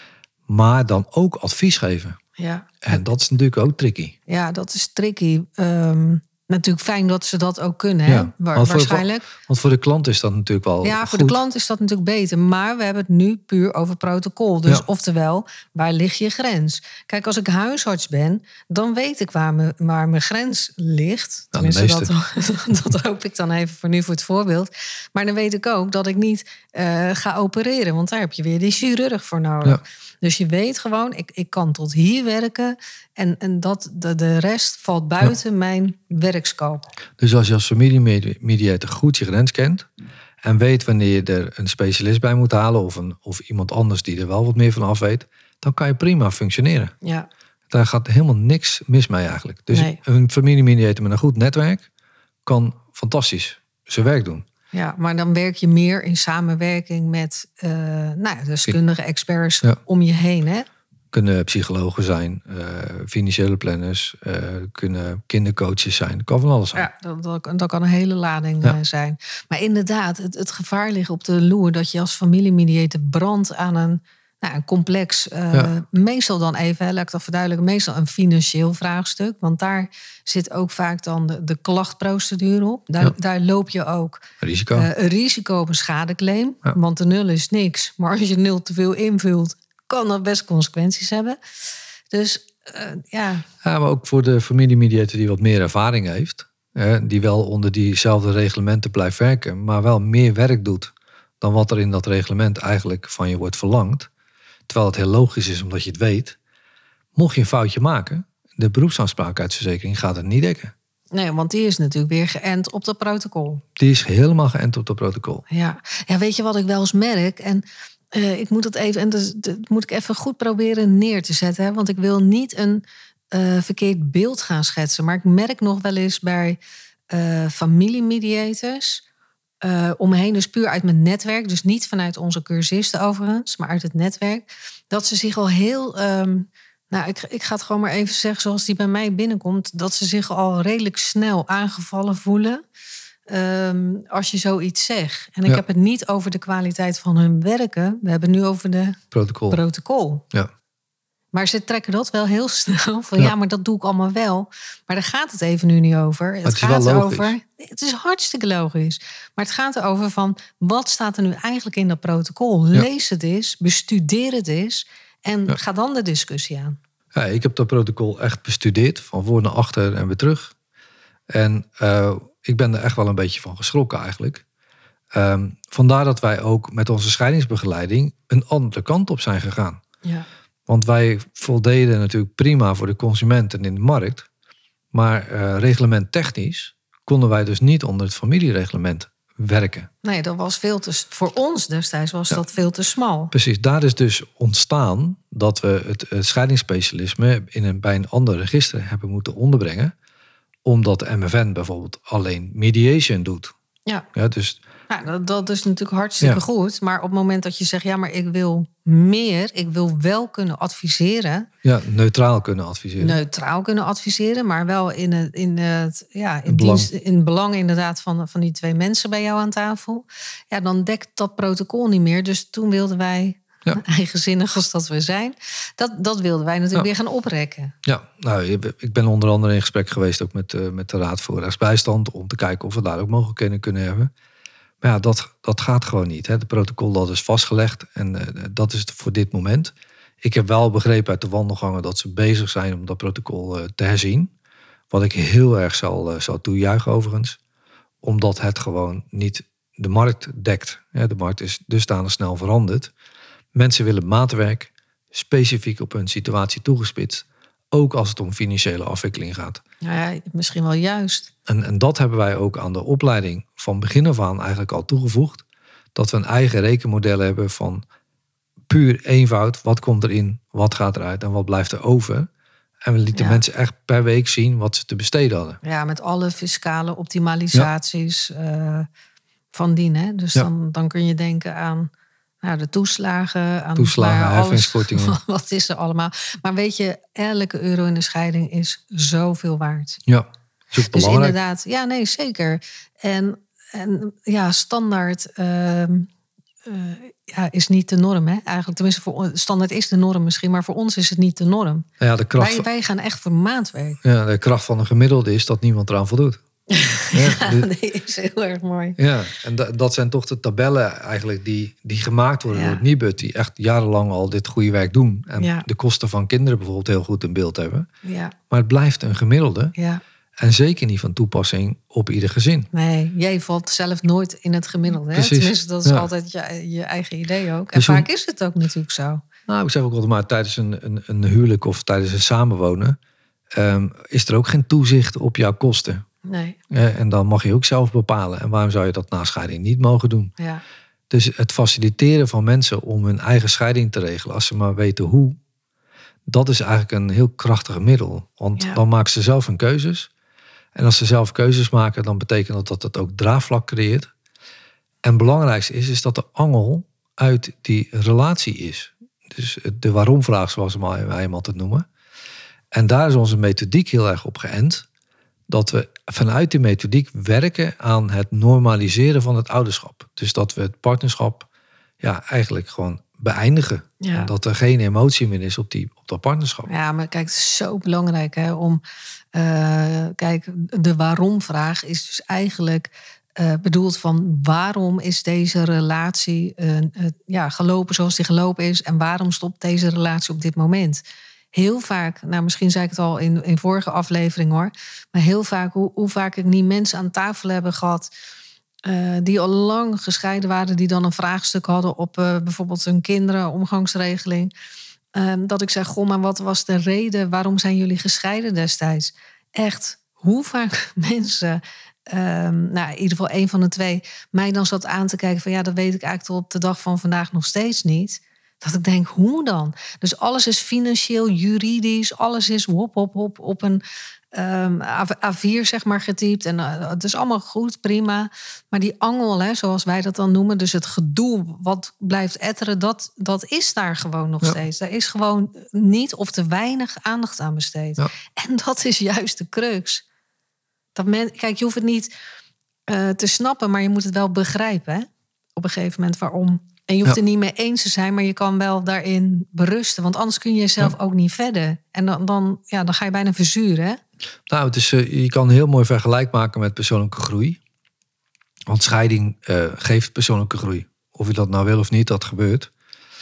Maar dan ook advies geven. Ja. En dat is natuurlijk ook tricky. Ja, dat is tricky. Um, natuurlijk fijn dat ze dat ook kunnen, hè? Ja, Wa- want waarschijnlijk. Voor, want voor de klant is dat natuurlijk wel Ja, voor goed. de klant is dat natuurlijk beter. Maar we hebben het nu puur over protocol. Dus Ja. oftewel, waar ligt je grens? Kijk, als ik huisarts ben, dan weet ik waar, me, waar mijn grens ligt. Nou, de Tenminste, meeste. dat, dat hoop ik dan even voor nu voor het voorbeeld. Maar dan weet ik ook dat ik niet uh, ga opereren. Want daar heb je weer die chirurg voor nodig. Ja. Dus je weet gewoon, ik, ik kan tot hier werken. En, en dat, de, de rest valt buiten ja. mijn werkscope. Dus als je als familiemediator goed je grens kent en weet wanneer je er een specialist bij moet halen of, een, of iemand anders die er wel wat meer van af weet, dan kan je prima functioneren. Ja. Daar gaat helemaal niks mis mee eigenlijk. Dus nee. een familiemediator met een goed netwerk kan fantastisch zijn werk doen. Ja, maar dan werk je meer in samenwerking met uh, nou, deskundige experts ja. om je heen, hè? Kunnen psychologen zijn, uh, financiële planners, uh, kunnen kindercoaches zijn. Dat kan van alles zijn. Ja, dat, dat, dat kan een hele lading ja. uh, zijn. Maar inderdaad, het, het gevaar ligt op de loer dat je als familiemediator brandt aan een, nou, een complex, uh, Ja. meestal dan even, hè, laat ik dat verduidelijken, meestal een financieel vraagstuk. Want daar zit ook vaak dan de, de klachtprocedure op. Daar, Ja. daar loop je ook Risico. uh, een risico op een schadeclaim. Ja. Want de nul is niks. Maar als je nul te veel invult, kan dat best consequenties hebben. Dus uh, ja. Ja, maar ook voor de familiemediator die wat meer ervaring heeft. Hè, die wel onder diezelfde reglementen blijft werken. Maar wel meer werk doet dan wat er in dat reglement eigenlijk van je wordt verlangd. Terwijl het heel logisch is omdat je het weet. Mocht je een foutje maken, de beroepsaansprakelijkheidsverzekering gaat het niet dekken. Nee, want die is natuurlijk weer geënt op dat protocol. Die is helemaal geënt op dat protocol. Ja, ja, weet je wat ik wel eens merk? En uh, ik moet het even, en dat, dat moet ik even goed proberen neer te zetten. Hè? Want ik wil niet een uh, verkeerd beeld gaan schetsen. Maar ik merk nog wel eens bij uh, familiemediators uh, omheen, dus puur uit mijn netwerk, dus niet vanuit onze cursisten overigens, maar uit het netwerk, dat ze zich al heel, um, nou, ik, ik ga het gewoon maar even zeggen zoals die bij mij binnenkomt, dat ze zich al redelijk snel aangevallen voelen. Um, als je zoiets zegt. En ik Ja. heb het niet over de kwaliteit van hun werken. We hebben het nu over de Protocol. protocol. Ja. Maar ze trekken dat wel heel snel. Van ja. Ja. ja, maar dat doe ik allemaal wel. Maar daar gaat het even nu niet over. Het, het is gaat wel logisch. over. Het is hartstikke logisch. Maar het gaat erover van wat staat er nu eigenlijk in dat protocol? Ja. Lees het eens, bestudeer het eens en Ja. ga dan de discussie aan. Ja, ik heb dat protocol echt bestudeerd, van voor naar achter en weer terug. En uh, ik ben er echt wel een beetje van geschrokken eigenlijk. Um, vandaar dat wij ook met onze scheidingsbegeleiding een andere kant op zijn gegaan. Ja. Want wij voldeden natuurlijk prima voor de consumenten in de markt. Maar uh, reglementtechnisch konden wij dus niet onder het familiereglement werken. Nee, dat was veel te, voor ons destijds was Ja. dat veel te smal. Precies, daar is dus ontstaan dat we het, het scheidingsspecialisme in een, bij een ander register hebben moeten onderbrengen. Omdat de M F N bijvoorbeeld alleen mediation doet. Ja. Ja, dus Ja, dat, dat is natuurlijk hartstikke Ja. goed. Maar op het moment dat je zegt, ja, maar ik wil meer. Ik wil wel kunnen adviseren. ja, neutraal kunnen adviseren. Neutraal kunnen adviseren. Maar wel in het, in het, ja, in Het belang. dienst, in het belang inderdaad van, van die twee mensen bij jou aan tafel. Ja, dan dekt dat protocol niet meer. Dus toen wilden wij, Ja. eigenzinnig als dat we zijn. Dat, dat wilden wij natuurlijk Ja. weer gaan oprekken. Ja, nou, ik ben onder andere in gesprek geweest ook met, uh, met de Raad voor Rechtsbijstand om te kijken of we daar ook mogelijkheden kunnen hebben. Maar ja, dat, dat gaat gewoon niet. Hè. Het protocol dat is vastgelegd en uh, dat is het voor dit moment. Ik heb wel begrepen uit de wandelgangen dat ze bezig zijn om dat protocol uh, te herzien. Wat ik heel erg zal, uh, zal toejuichen overigens. Omdat het gewoon niet de markt dekt. Ja, de markt is dusdanig snel veranderd. Mensen willen maatwerk, specifiek op hun situatie toegespitst. Ook als het om financiële afwikkeling gaat. Nou ja, misschien wel juist. En, en dat hebben wij ook aan de opleiding van begin af aan eigenlijk al toegevoegd. Dat we een eigen rekenmodel hebben van puur eenvoud. Wat komt erin, wat gaat eruit en wat blijft er over. En we lieten Ja. mensen echt per week zien wat ze te besteden hadden. Ja, met alle fiscale optimalisaties uh, van dien. Hè? Dus Ja. dan, dan kun je denken aan nou, de toeslagen. Aan Toeslagen, nou ja, alles. heffingskortingen. Wat is er allemaal? Maar weet je, elke euro in de scheiding is zoveel waard. Ja, dat is ook Dus belangrijk. inderdaad, ja, nee, zeker. En, en ja, standaard uh, uh, ja, is niet de norm. Hè? Eigenlijk, tenminste, voor, standaard is de norm misschien, maar voor ons is het niet de norm. Nou ja, de kracht, Wij, van, wij gaan echt voor maatwerk. ja, de kracht van een gemiddelde is dat niemand eraan voldoet. Ja, Ja, de- nee, is heel erg mooi. Ja, en da- dat zijn toch de tabellen eigenlijk die, die gemaakt worden Ja. door het Nibud, die echt jarenlang al dit goede werk doen. En Ja. de kosten van kinderen bijvoorbeeld heel goed in beeld hebben. Ja, Maar het blijft een gemiddelde. ja. En zeker niet van toepassing op ieder gezin. Nee, jij valt zelf nooit in het gemiddelde. Hè? Precies. Tenminste, dat is Ja. altijd je, je eigen idee ook. En Dus hoe- vaak is het ook natuurlijk zo. Nou, ik zeg ook altijd maar, tijdens een, een, een huwelijk of tijdens een samenwonen um, is er ook geen toezicht op jouw kosten. Nee, Eh, en dan mag je ook zelf bepalen. En waarom zou je dat na scheiding niet mogen doen? ja. Dus het faciliteren van mensen om hun eigen scheiding te regelen, als ze maar weten hoe, dat is eigenlijk een heel krachtig middel. Want Ja. dan maken ze zelf hun keuzes. En als ze zelf keuzes maken, dan betekent dat dat het ook draagvlak creëert. En het belangrijkste is, is dat de angel uit die relatie is. Dus de waarom-vraag, zoals wij hem altijd noemen. En daar is onze methodiek heel erg op geënt. Dat we vanuit die methodiek werken aan het normaliseren van het ouderschap. Dus dat we het partnerschap ja, eigenlijk gewoon beëindigen. Ja. En dat er geen emotie meer is op, die, op dat partnerschap. Ja, maar kijk, het is zo belangrijk hè, om... Uh, kijk, de waarom-vraag is dus eigenlijk uh, bedoeld van... waarom is deze relatie uh, uh, ja, gelopen zoals die gelopen is... en waarom stopt deze relatie op dit moment? Heel vaak, nou misschien zei ik het al in, in vorige aflevering hoor... maar heel vaak, hoe, hoe vaak ik niet mensen aan tafel hebben gehad... Uh, die al lang gescheiden waren... die dan een vraagstuk hadden op uh, bijvoorbeeld hun kinderen, omgangsregeling... Um, dat ik zeg, goh, maar wat was de reden... waarom zijn jullie gescheiden destijds? Echt, hoe vaak mensen... Um, nou, in ieder geval één van de twee... mij dan zat aan te kijken van... ja, dat weet ik eigenlijk tot op de dag van vandaag nog steeds niet... Dat ik denk, hoe dan? Dus alles is financieel, juridisch... alles is hop, hop, hop op een um, A vier zeg maar getypt. En uh, het is allemaal goed, prima. Maar die angel, hè, zoals wij dat dan noemen... dus het gedoe wat blijft etteren... dat, dat is daar gewoon nog ja. steeds. Daar is gewoon niet of te weinig aandacht aan besteed. Ja. En dat is juist de crux. Dat men, kijk, je hoeft het niet uh, te snappen... maar je moet het wel begrijpen, hè? Op een gegeven moment waarom... En je hoeft ja. er niet mee eens te zijn, maar je kan wel daarin berusten. Want anders kun je jezelf ja. ook niet verder. En dan, dan, ja, dan ga je bijna verzuren. Hè? Nou, het is, uh, je kan een heel mooi vergelijk maken met persoonlijke groei. Want scheiding uh, geeft persoonlijke groei. Of je dat nou wil of niet, dat gebeurt.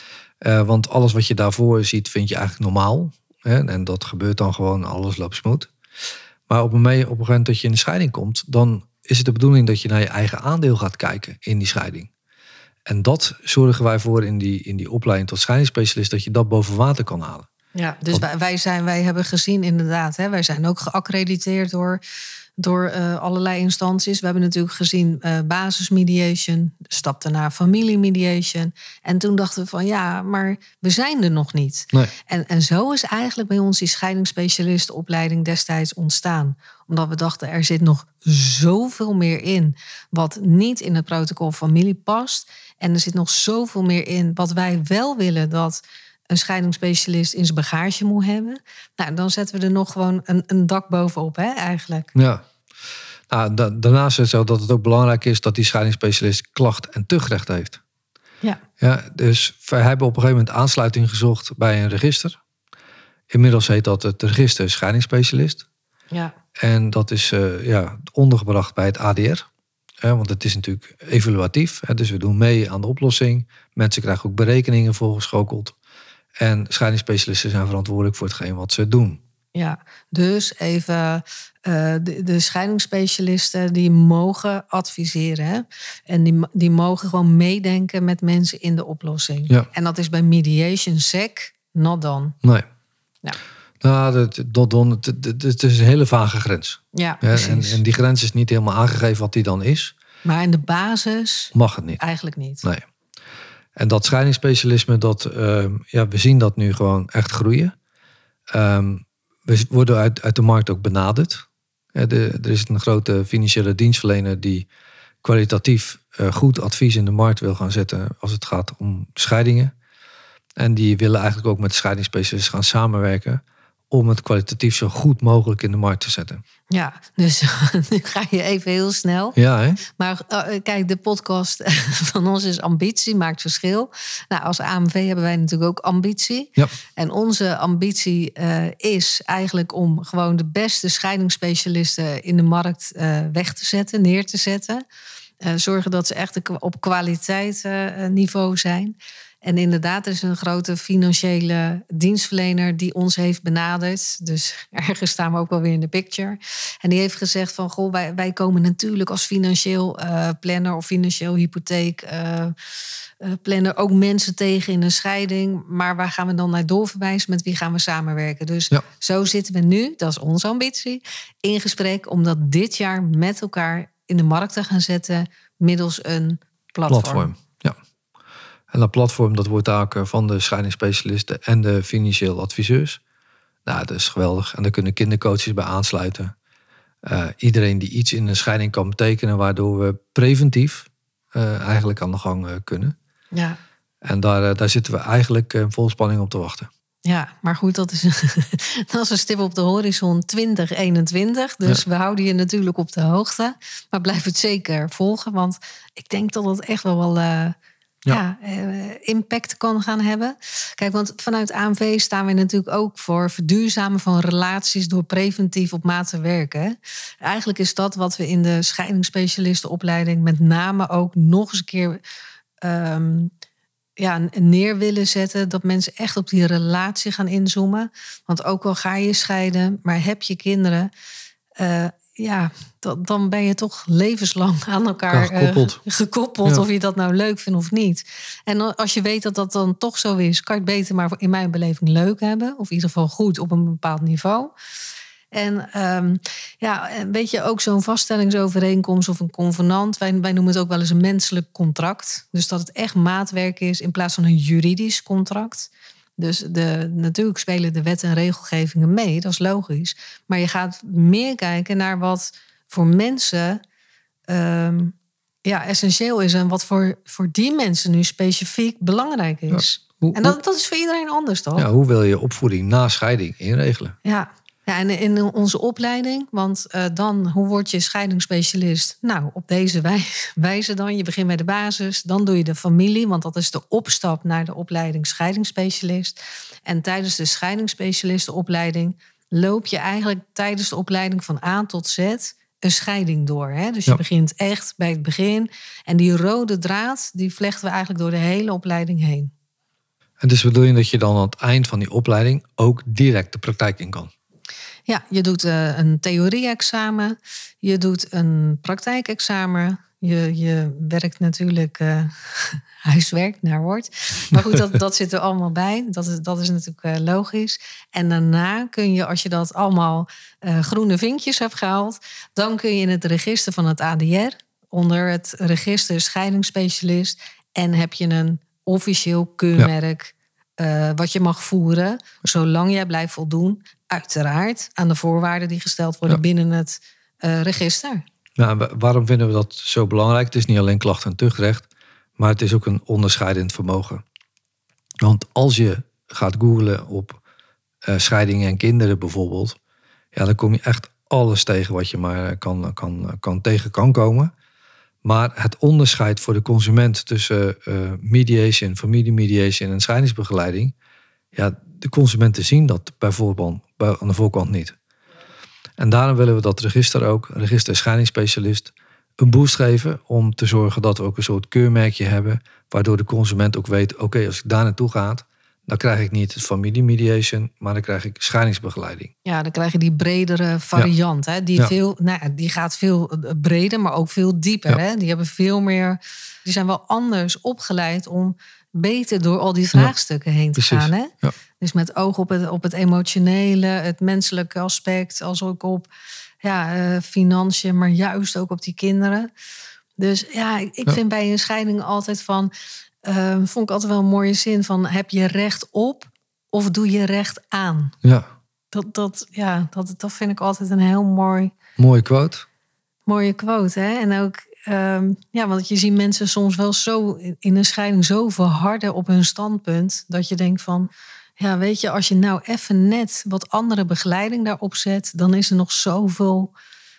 Uh, want alles wat je daarvoor ziet, vind je eigenlijk normaal. Hè? En dat gebeurt dan gewoon, alles loopt smooth. Maar op een, op een moment dat je in de scheiding komt... dan is het de bedoeling dat je naar je eigen aandeel gaat kijken in die scheiding. En dat zorgen wij voor in die, in die opleiding tot scheidingsspecialist... dat je dat boven water kan halen. Ja, dus Want, wij, wij, zijn, wij hebben gezien inderdaad... Hè, wij zijn ook geaccrediteerd door, door uh, allerlei instanties. We hebben natuurlijk gezien uh, basismediation... stap daarna familiemediation. En toen dachten we van ja, maar we zijn er nog niet. Nee. En, en zo is eigenlijk bij ons die scheidingsspecialistenopleiding destijds ontstaan. Omdat we dachten, er zit nog zoveel meer in... wat niet in het protocol familie past... En er zit nog zoveel meer in wat wij wel willen... dat een scheidingsspecialist in zijn bagage moet hebben. Nou, dan zetten we er nog gewoon een, een dak bovenop, hè, eigenlijk. Ja. Nou, da- daarnaast is het zo dat het ook belangrijk is... dat die scheidingsspecialist klacht- en tuchtrecht heeft. Ja. Ja, dus wij hebben op een gegeven moment aansluiting gezocht... bij een register. Inmiddels heet dat het register scheidingsspecialist. Ja. En dat is uh, ja, ondergebracht bij het A D R... Ja, want het is natuurlijk evaluatief. Hè, dus we doen mee aan de oplossing. Mensen krijgen ook berekeningen voorgeschokeld. En scheidingsspecialisten zijn verantwoordelijk voor hetgeen wat ze doen. Ja, dus even uh, de, de scheidingsspecialisten die mogen adviseren. Hè? En die, die mogen gewoon meedenken met mensen in de oplossing. Ja. En dat is bij mediation sec not done. Nee. Ja. Nou, dat, dat, dat, dat, het is een hele vage grens. Ja, ja, en, en die grens is niet helemaal aangegeven wat die dan is. Maar in de basis mag het niet. Eigenlijk niet. Nee. En dat scheidingsspecialisme, dat, uh, ja, we zien dat nu gewoon echt groeien. Um, we worden uit, uit de markt ook benaderd. Ja, de, er is een grote financiële dienstverlener die kwalitatief uh, goed advies in de markt wil gaan zetten als het gaat om scheidingen. En die willen eigenlijk ook met scheidingsspecialisten gaan samenwerken om het kwalitatief zo goed mogelijk in de markt te zetten. Ja, dus nu ga je even heel snel. Ja, hè? Maar uh, kijk, de podcast van ons is ambitie, maakt verschil. Nou, als A M V hebben wij natuurlijk ook ambitie. Ja. En onze ambitie uh, is eigenlijk om gewoon de beste scheidingsspecialisten in de markt uh, weg te zetten, neer te zetten. Uh, zorgen dat ze echt op kwaliteit uh, niveau zijn. En inderdaad, er is een grote financiële dienstverlener die ons heeft benaderd. Dus ergens staan we ook wel weer in de picture. En die heeft gezegd van, goh, wij, wij komen natuurlijk als financieel uh, planner of financieel hypotheek uh, uh, planner ook mensen tegen in een scheiding. Maar waar gaan we dan naar doorverwijzen? Met wie gaan we samenwerken? Dus ja. Zo zitten we nu, dat is onze ambitie, in gesprek om dat dit jaar met elkaar in de markt te gaan zetten middels een platform. platform. Ja. En dat platform dat wordt ook van de scheidingsspecialisten en de financieel adviseurs. Nou, dat is geweldig. En daar kunnen kindercoaches bij aansluiten. Uh, iedereen die iets in een scheiding kan betekenen, waardoor we preventief uh, eigenlijk aan de gang uh, kunnen. Ja. En daar, uh, daar zitten we eigenlijk uh, vol spanning op te wachten. Ja, maar goed, dat is, dat is een stip op de horizon twintig eenentwintig. Dus ja. We houden je natuurlijk op de hoogte. Maar blijf het zeker volgen, want ik denk dat het echt wel wel... Uh, ja. Ja, uh, impact kan gaan hebben. Kijk, want vanuit A M V staan we natuurlijk ook voor verduurzamen van relaties door preventief op maat te werken. Eigenlijk is dat wat we in de scheidingsspecialistenopleiding met name ook nog eens een keer um, ja, neer willen zetten. Dat mensen echt op die relatie gaan inzoomen. Want ook al ga je scheiden, maar heb je kinderen, Uh, ja, dat, dan ben je toch levenslang aan elkaar ja, gekoppeld, uh, gekoppeld ja. Of je dat nou leuk vindt of niet. En als je weet dat dat dan toch zo is, kan je het beter maar in mijn beleving leuk hebben. Of in ieder geval goed op een bepaald niveau. En um, ja, weet je, ook zo'n vaststellingsovereenkomst of een convenant. Wij, wij noemen het ook wel eens een menselijk contract. Dus dat het echt maatwerk is in plaats van een juridisch contract. Dus de, natuurlijk spelen de wet en regelgevingen mee, dat is logisch. Maar je gaat meer kijken naar wat voor mensen um, ja, essentieel is en wat voor, voor die mensen nu specifiek belangrijk is. Ja, hoe, en dat, dat is voor iedereen anders, toch? Ja, hoe wil je opvoeding na scheiding inregelen? Ja. Ja, en in onze opleiding, want uh, dan, hoe word je scheidingsspecialist? Nou, op deze wij- wijze dan. Je begint bij de basis, dan doe je de familie, want dat is de opstap naar de opleiding scheidingsspecialist. En tijdens de scheidingsspecialistenopleiding loop je eigenlijk tijdens de opleiding van A tot Z een scheiding door. Hè? Dus je ja. begint echt bij het begin. En die rode draad, die vlechten we eigenlijk door de hele opleiding heen. En dus bedoel je dat je dan aan het eind van die opleiding ook direct de praktijk in kan? Ja, je doet uh, een theorie-examen, je doet een praktijkexamen, je, je werkt natuurlijk uh, huiswerk naar woord. Maar goed, dat, dat zit er allemaal bij. Dat is, dat is natuurlijk uh, logisch. En daarna kun je, als je dat allemaal uh, groene vinkjes hebt gehaald, dan kun je in het register van het A D R, onder het register scheidingsspecialist, en heb je een officieel keurmerk ja. uh, wat je mag voeren, zolang jij blijft voldoen, uiteraard, aan de voorwaarden die gesteld worden ja. binnen het uh, register. Nou, waarom vinden we dat zo belangrijk? Het is niet alleen klacht- en tuchtrecht, maar het is ook een onderscheidend vermogen. Want als je gaat googlen op uh, scheidingen en kinderen bijvoorbeeld, ja, dan kom je echt alles tegen wat je maar kan, kan, kan tegen kan komen. Maar het onderscheid voor de consument tussen uh, mediation, familiemediation en scheidingsbegeleiding, ja, de consumenten zien dat bijvoorbeeld aan de voorkant niet. En daarom willen we dat register ook, register scheidingsspecialist, een boost geven om te zorgen dat we ook een soort keurmerkje hebben, waardoor de consument ook weet, oké, okay, als ik daar naartoe ga, dan krijg ik niet het familiemediation, maar dan krijg ik scheidingsbegeleiding. Ja, dan krijg je die bredere variant. Ja. Hè? Die, ja. veel, nou, die gaat veel breder, maar ook veel dieper. Ja. Hè? Die hebben veel meer, die zijn wel anders opgeleid om beter door al die vraagstukken ja, heen te precies. gaan. Hè? Ja. Dus met oog op het, op het emotionele, het menselijke aspect, als ook op ja, uh, financiën, maar juist ook op die kinderen. Dus ja, ik, ik ja. vind bij een scheiding altijd van, uh, vond ik altijd wel een mooie zin van, heb je recht op of doe je recht aan? Ja. Dat, dat, ja, dat, dat vind ik altijd een heel mooi... Mooie quote. Mooie quote, hè? En ook, um, ja, want je ziet mensen soms wel zo in een scheiding zo verharden op hun standpunt, dat je denkt van, ja, weet je, als je nou even net wat andere begeleiding daarop zet, dan is er nog zoveel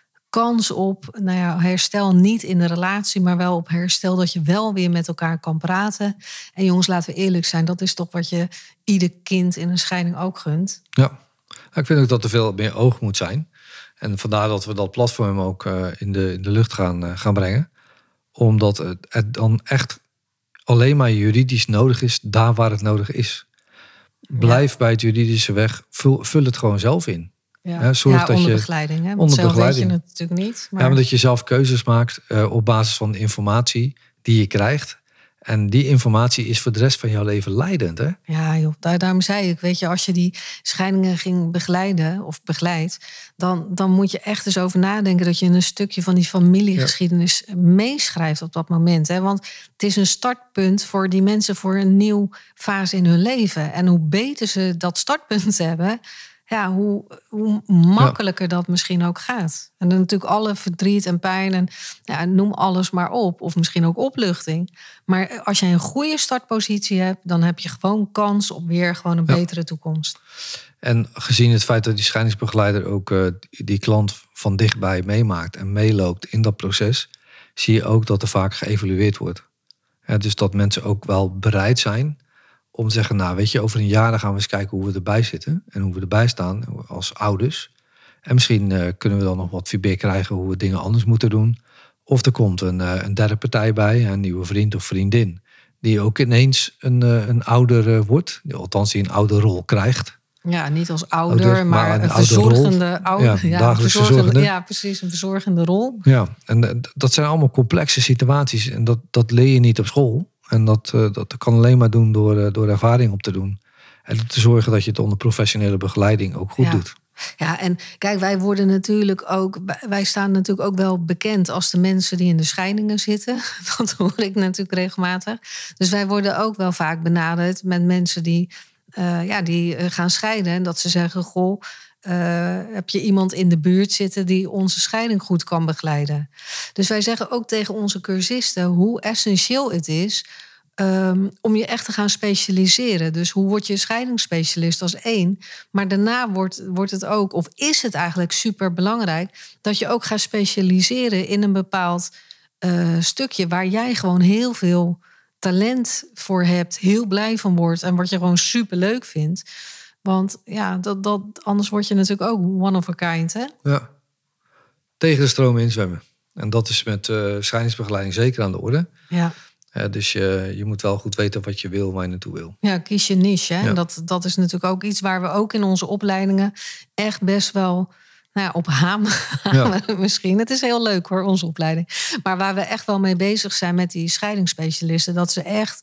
kans op, nou ja, herstel niet in de relatie, maar wel op herstel dat je wel weer met elkaar kan praten. En jongens, laten we eerlijk zijn, dat is toch wat je ieder kind in een scheiding ook gunt. Ja, ik vind ook dat er veel meer oog moet zijn. En vandaar dat we dat platform ook uh, in, de, in de lucht gaan, uh, gaan brengen. Omdat het, het dan echt alleen maar juridisch nodig is, daar waar het nodig is. Blijf ja. bij het juridische weg, vul, vul het gewoon zelf in. Ja, ja, zorg ja dat onder je, begeleiding. Hè? Want onder zelf begeleiding. weet je het natuurlijk niet. Maar... Ja, maar dat je zelf keuzes maakt uh, op basis van de informatie die je krijgt. En die informatie is voor de rest van jouw leven leidend, hè? Ja, joh, daar, daarom zei ik, weet je, als je die scheidingen ging begeleiden of begeleidt, dan, dan moet je echt eens over nadenken dat je een stukje van die familiegeschiedenis ja. meeschrijft op dat moment. Hè? Want het is een startpunt voor die mensen voor een nieuwe fase in hun leven. En hoe beter ze dat startpunt hebben, ja, hoe, hoe makkelijker ja. dat misschien ook gaat. En dan natuurlijk alle verdriet en pijn en ja, noem alles maar op. Of misschien ook opluchting. Maar als jij een goede startpositie hebt, dan heb je gewoon kans op weer gewoon een ja. betere toekomst. En gezien het feit dat die scheidingsbegeleider ook uh, die klant van dichtbij meemaakt en meeloopt in dat proces, zie je ook dat er vaak geëvalueerd wordt. Uh, dus dat mensen ook wel bereid zijn om te zeggen, nou weet je, over een jaar dan gaan we eens kijken hoe we erbij zitten. En hoe we erbij staan als ouders. En misschien uh, kunnen we dan nog wat feedback krijgen hoe we dingen anders moeten doen. Of er komt een, uh, een derde partij bij, een nieuwe vriend of vriendin. Die ook ineens een, uh, een ouder uh, wordt. Althans die een ouderrol krijgt. Ja, niet als ouder, ouder maar, maar een, een verzorgende ouder. Ja, ja, dagelijks verzorgende. Ja, precies, een verzorgende rol. Ja, en uh, dat zijn allemaal complexe situaties. En dat, dat leer je niet op school. En dat, uh, dat kan alleen maar doen door, uh, door ervaring op te doen. En te zorgen dat je het onder professionele begeleiding ook goed ja. doet. Ja, en kijk, wij worden natuurlijk ook, wij staan natuurlijk ook wel bekend als de mensen die in de scheidingen zitten. Dat hoor ik natuurlijk regelmatig. Dus wij worden ook wel vaak benaderd met mensen die, uh, ja, die gaan scheiden. En dat ze zeggen, goh, uh, heb je iemand in de buurt zitten die onze scheiding goed kan begeleiden? Dus wij zeggen ook tegen onze cursisten hoe essentieel het is Um, om je echt te gaan specialiseren. Dus hoe word je scheidingsspecialist als één? Maar daarna wordt, wordt het ook, of is het eigenlijk super belangrijk, dat je ook gaat specialiseren in een bepaald uh, stukje waar jij gewoon heel veel talent voor hebt, heel blij van wordt en wat je gewoon super leuk vindt. Want ja, dat, dat, anders word je natuurlijk ook one of a kind, hè? Ja, tegen de stroom inzwemmen. En dat is met uh, scheidingsbegeleiding zeker aan de orde. Ja. Ja, dus je, je moet wel goed weten wat je wil, waar je naartoe wil. Ja, kies je niche. Hè? Ja. En dat, dat is natuurlijk ook iets waar we ook in onze opleidingen echt best wel nou ja, op hameren. Ja. Misschien. Het is heel leuk hoor, onze opleiding. Maar waar we echt wel mee bezig zijn met die scheidingsspecialisten, dat ze echt.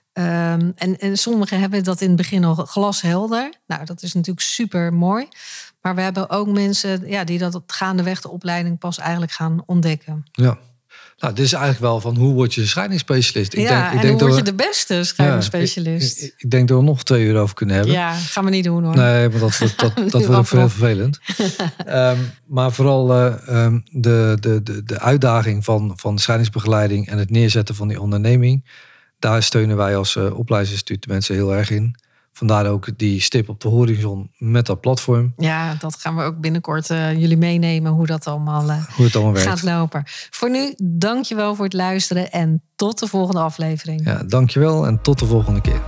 Um, en, en sommigen hebben dat in het begin al glashelder. Nou, dat is natuurlijk super mooi. Maar we hebben ook mensen ja, die dat gaandeweg de opleiding pas eigenlijk gaan ontdekken. Ja. Nou, dit is eigenlijk wel van hoe word je scheidingsspecialist? Ik ja, denk, ik en denk hoe word we, je de beste scheidingsspecialist? Ja, ik, ik denk dat we nog twee uur over kunnen hebben. Ja, gaan we niet doen hoor. Nee, maar dat, dat, dat, dat wordt ook heel vervelend. um, maar vooral uh, um, de, de, de, de uitdaging van, van scheidingsbegeleiding en het neerzetten van die onderneming. Daar steunen wij als uh, opleidingsinstituut de mensen heel erg in. Vandaar ook die stip op de horizon met dat platform. Ja, dat gaan we ook binnenkort uh, jullie meenemen hoe dat allemaal, uh, hoe het allemaal werkt. gaat lopen. Voor nu, dankjewel voor het luisteren en tot de volgende aflevering. Ja, dankjewel en tot de volgende keer.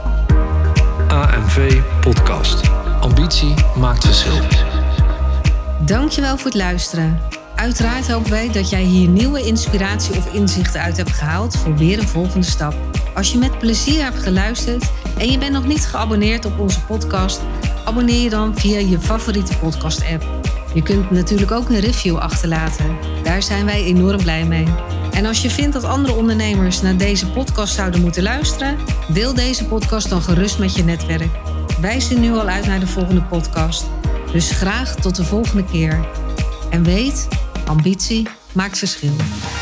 A M V Podcast. Ambitie maakt verschil. Dankjewel voor het luisteren. Uiteraard hopen wij dat jij hier nieuwe inspiratie of inzichten uit hebt gehaald voor weer een volgende stap. Als je met plezier hebt geluisterd en je bent nog niet geabonneerd op onze podcast, abonneer je dan via je favoriete podcast-app. Je kunt natuurlijk ook een review achterlaten. Daar zijn wij enorm blij mee. En als je vindt dat andere ondernemers naar deze podcast zouden moeten luisteren, deel deze podcast dan gerust met je netwerk. Wij zien nu al uit naar de volgende podcast. Dus graag tot de volgende keer. En weet, ambitie maakt verschil.